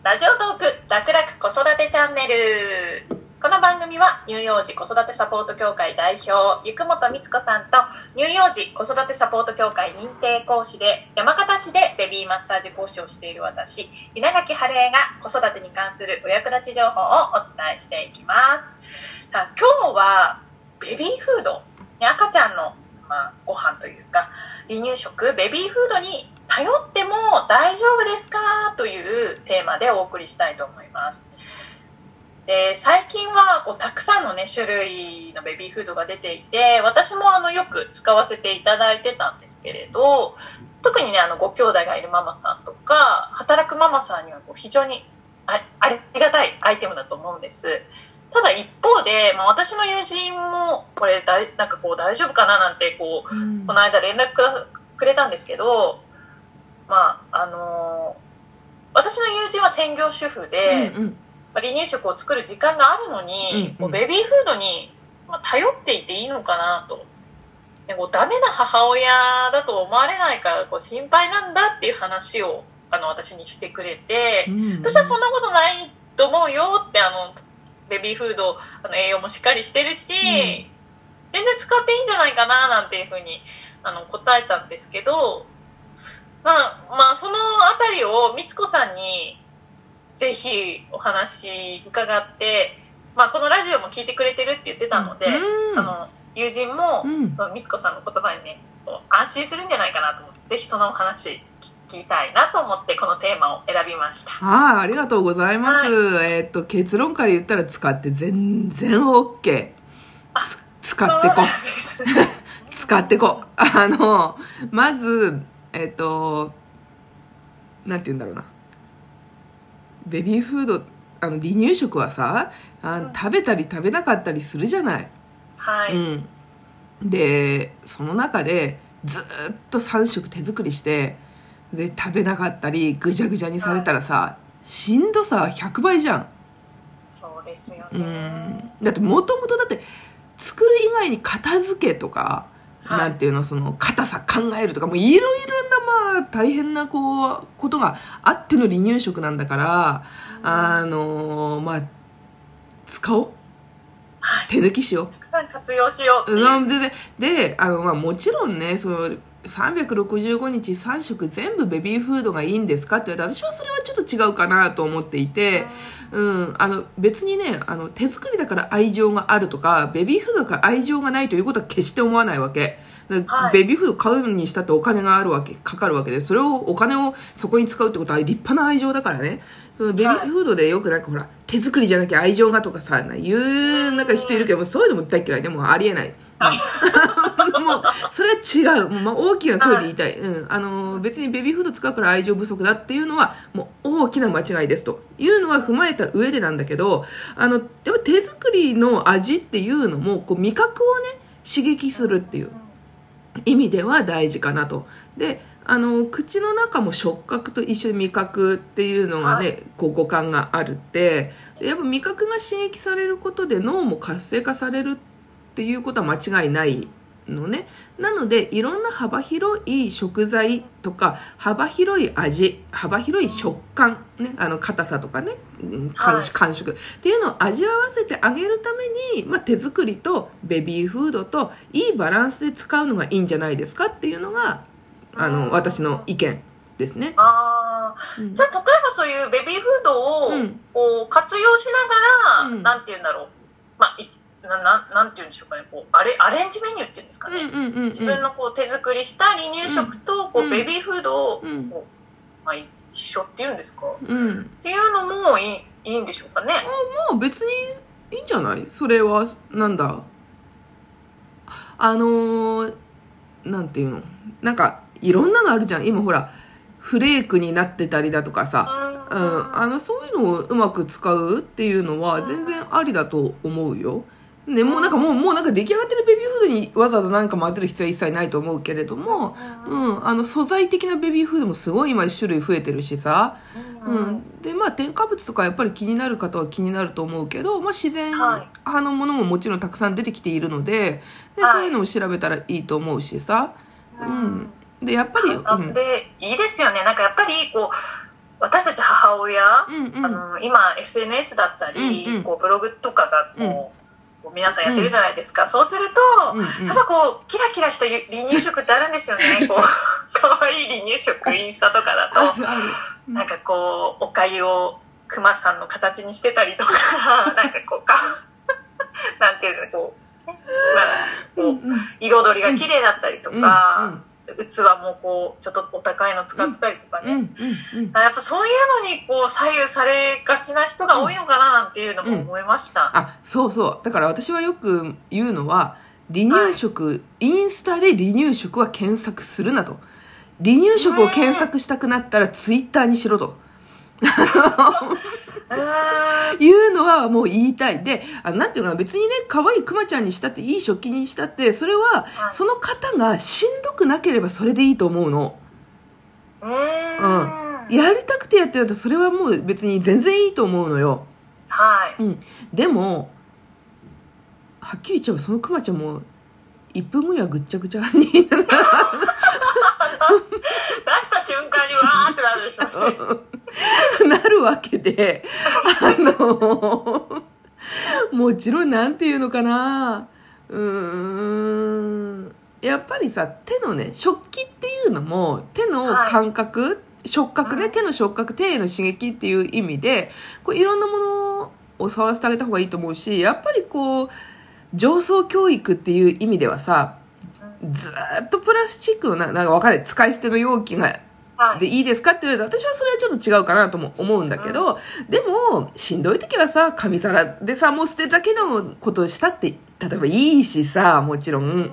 ラジオトーク楽々子育てチャンネル。この番組は乳幼児子育てサポート協会代表ゆくもとみつこさんと乳幼児子育てサポート協会認定講師で山形市でベビーマッサージ講師をしている私稲垣晴恵が子育てに関するお役立ち情報をお伝えしていきます。さあ今日はベビーフード、赤ちゃんの、ご飯というか離乳食ベビーフードに頼っても大丈夫ですかというテーマでお送りしたいと思います。で最近はたくさんの、種類のベビーフードが出ていて、私もよく使わせていただいてたんですけれど、特にねご兄弟がいるママさんとか働くママさんには非常にありがたいアイテムだと思うんです。ただ一方で、私の友人もこれ大丈夫かななんてこの間連絡くれたんですけど、私の友人は専業主婦で、離乳食を作る時間があるのに、ベビーフードに頼っていていいのかなと、ダメな母親だと思われないから心配なんだっていう話を私にしてくれて、私はそんなことないと思うよって、ベビーフード栄養もしっかりしてるし、全然使っていいんじゃないかななんていうふうに答えたんですけど、そのあたりをみつこさんにぜひお話伺って、このラジオも聞いてくれてるって言ってたので、友人も、そのみつこさんの言葉にね安心するんじゃないかなと思って、ぜひそのお話聞きたいなと思ってこのテーマを選びました。 ありがとうございます。結論から言ったら使って全然 OK。使ってこ使ってこまずなんて言うんだろうな、ベビーフード離乳食はさ食べたり食べなかったりするじゃない。でその中でずっと3食手作りしてで食べなかったりぐじゃぐじゃにされたらさ、しんどさ100倍じゃん。 そうですよね。 だってもともとだって作る以外に片付けとか、なんていうの、その硬さ考えるとかもういろいろな大変なことがあっての離乳食なんだから、使おう、手抜きしよう、 たくさん活用しようっていう。 でもちろんね、その365日3食全部ベビーフードがいいんですかって言われたら、私はそれはちょっと違うかなと思っていて、別にね手作りだから愛情があるとかベビーフードだから愛情がないということは決して思わないわけ。ベビーフード買うにしたってお金がかかるわけで、それをお金をそこに使うってことは立派な愛情だからね。そのベビーフードでよくほら手作りじゃなきゃ愛情がとかさ言う人いるけど、そういうのも大嫌いでもありえない。もうそれは違う。大きな声で言いたい。別にベビーフード使うから愛情不足だっていうのはもう大きな間違いですというのは踏まえた上でなんだけど、やっぱ手作りの味っていうのも味覚をね刺激するっていう意味では大事かなと。で口の中も触覚と一緒に味覚っていうのがね、五感があるって、やっぱ味覚が刺激されることで脳も活性化されるっていうことは間違いないのね。なのでいろんな幅広い食材とか幅広い味、幅広い食感ね、硬さとかね、感触っていうのを味わわせてあげるために、手作りとベビーフードといいバランスで使うのがいいんじゃないですかっていうのが私の意見ですね。 じゃあ例えばそういうベビーフードを活用しながら、なんて言うんだろう、なんて言うんでしょうかね、アレンジメニューっていうんですかね、自分の手作りした離乳食とベビーフードを一緒っていうんですか、っていうのもいいんでしょうかね。 別にいいんじゃない。それはなんだなんていうの、いろんなのあるじゃん。今ほらフレークになってたりだとかさ、そういうのをうまく使うっていうのは全然ありだと思うよ。ね、もう出来上がってるベビーフードにわざわざ混ぜる必要は一切ないと思うけれども、素材的なベビーフードもすごい今種類増えてるしさ、で添加物とかやっぱり気になる方は気になると思うけど、自然派のものももちろんたくさん出てきているので、そういうのを調べたらいいと思うしさ、でやっぱりでいいですよね。やっぱり私たち母親、 うんうん今 SNS だったり、 うんうんこうブログとかがこう皆さんやってるじゃないですか、そうすると、 うんうんやっぱこうキラキラした離乳食ってあるんですよねこうかわいい離乳食インスタとかだとあるある、うんなんかこうお粥をクマさんの形にしてたりとかなんかこうなんていうのこう、 うんうん彩りが綺麗だったりとか、 うん器もこうちょっとお高いの使ってたりとかね、 うんうんうんやっぱそういうのにこう左右されがちな人が多いのかななんていうのも思いました、 あ、そうそう。だから私はよく言うのは、離乳食、インスタで離乳食は検索するなと。離乳食を検索したくなったらツイッターにしろと。いうのはもう言いたい。で、なんていうかな、別にね、可愛いクマちゃんにしたって、いい食器にしたって、それは、その方がしんどくなければそれでいいと思うの。やりたくてやってるんだったら、それはもう別に全然いいと思うのよ。 はい、 でも、はっきり言っちゃえば、そのクマちゃんも、1分後にはぐっちゃぐちゃに出した瞬間にわーってなるでしょなるわけで、もちろんなんていうのかな、やっぱりさ、手のね、食器っていうのも、手の感覚、触覚ね、手の触覚、手への刺激っていう意味で、こういろんなものを触らせてあげた方がいいと思うし、やっぱりこう、上層教育っていう意味ではさ、ずーっとプラスチックのなんかわかんない、使い捨ての容器が、でいいですかって言われると、私はそれはちょっと違うかなとも思うんだけど、でも、しんどい時はさ、紙皿でさ、もう捨てるだけのことをしたって、例えばいいしさ、もちろん、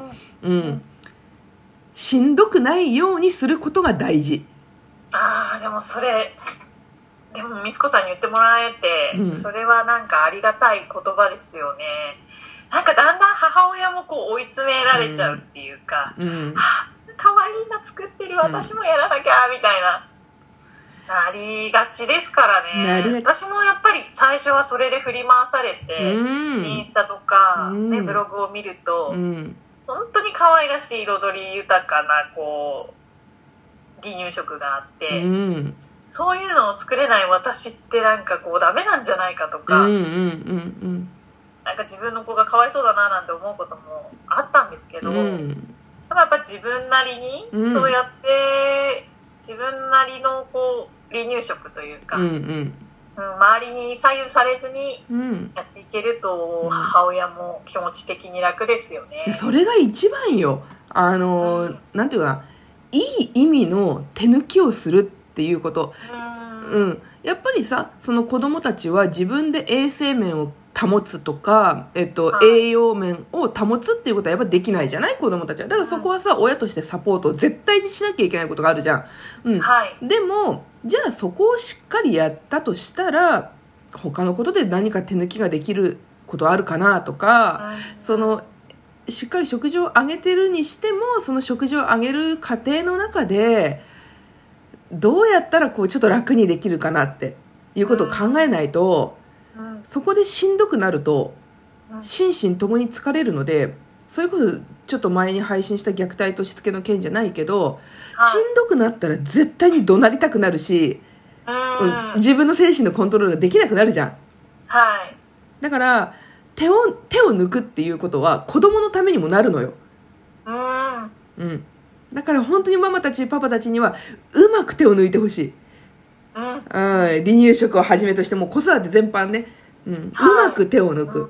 しんどくないようにすることが大事。 でもそれ、でもみつこさんに言ってもらえて、それはなんかありがたい言葉ですよね。なんかだんだん母親もこう追い詰められちゃうっていうか、可愛いの作ってる私もやらなきゃみたいな、なりがちですからね。私もやっぱり最初はそれで振り回されて、インスタとか、ね、ブログを見ると、本当に可愛らしい彩り豊かなこう離乳食があって、そういうのを作れない私ってなんかこうダメなんじゃないかとか、なんか自分の子がかわいそうだななんて思うこともあったんですけど、やっぱ自分なりにそうやって自分なりのこう離乳食というか、周りに左右されずにやっていけると、母親も気持ち的に楽ですよね。 それが一番よ。なんていうかな、いい意味の手抜きをするっていうこと。やっぱりさ、その子供たちは自分で衛生面を保つとか、栄養面を保つっていうことはやっぱできないじゃない、子供たちは。だからそこはさ、親としてサポートを絶対にしなきゃいけないことがあるじゃん。でも、じゃあそこをしっかりやったとしたら、他のことで何か手抜きができることあるかなとか、しっかり食事をあげてるにしても、その食事をあげる過程の中で、どうやったらこうちょっと楽にできるかなっていうことを考えないと、そこでしんどくなると心身ともに疲れるので、それこそちょっと前に配信した虐待としつけの件じゃないけど、しんどくなったら絶対に怒鳴りたくなるし、自分の精神のコントロールができなくなるじゃん。だから手を抜くっていうことは子供のためにもなるのよ。だから本当にママたちパパたちにはうまく手を抜いてほしい。離乳食をはじめとしても子育て全般ね、うまく手を抜く。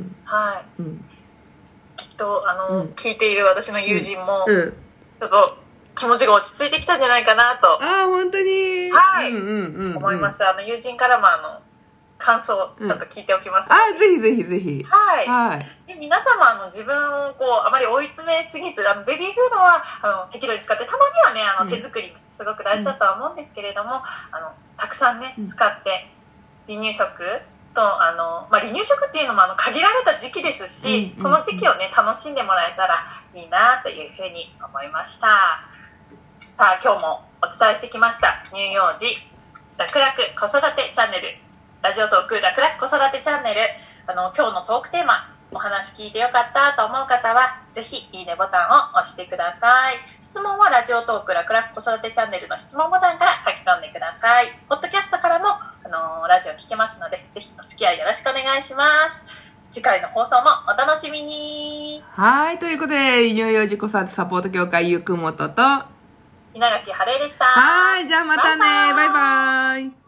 きっと聞いている私の友人も、ちょっと気持ちが落ち着いてきたんじゃないかなと。 本当に。 思います。友人からも感想ちょっと聞いておきます。 ぜひぜひぜひ。 で皆様自分をこうあまり追い詰めすぎず、ベビーフードは適度に使って、たまにはね手作りすごく大事だとは思うんですけれども、たくさんね使って離乳食と離乳食っていうのも限られた時期ですし、この時期をね楽しんでもらえたらいいなというふうに思いました。さあ今日もお伝えしてきました乳幼児楽々子育てチャンネル、ラジオトーク楽々子育てチャンネル、今日のトークテーマ、 お話聞いてよかったと思う方は、ぜひいいねボタンを押してください。質問はラジオトーク楽々子育てチャンネルの質問ボタンから書き込んでください。ポッドキャストからも、ラジオ聞けますので、ぜひお付き合いよろしくお願いします。次回の放送もお楽しみに。 はい、ということで、乳幼児子育てサポート協会ゆくもとと、 稲垣晴恵でした。 はい、じゃあまたね。バイバイ。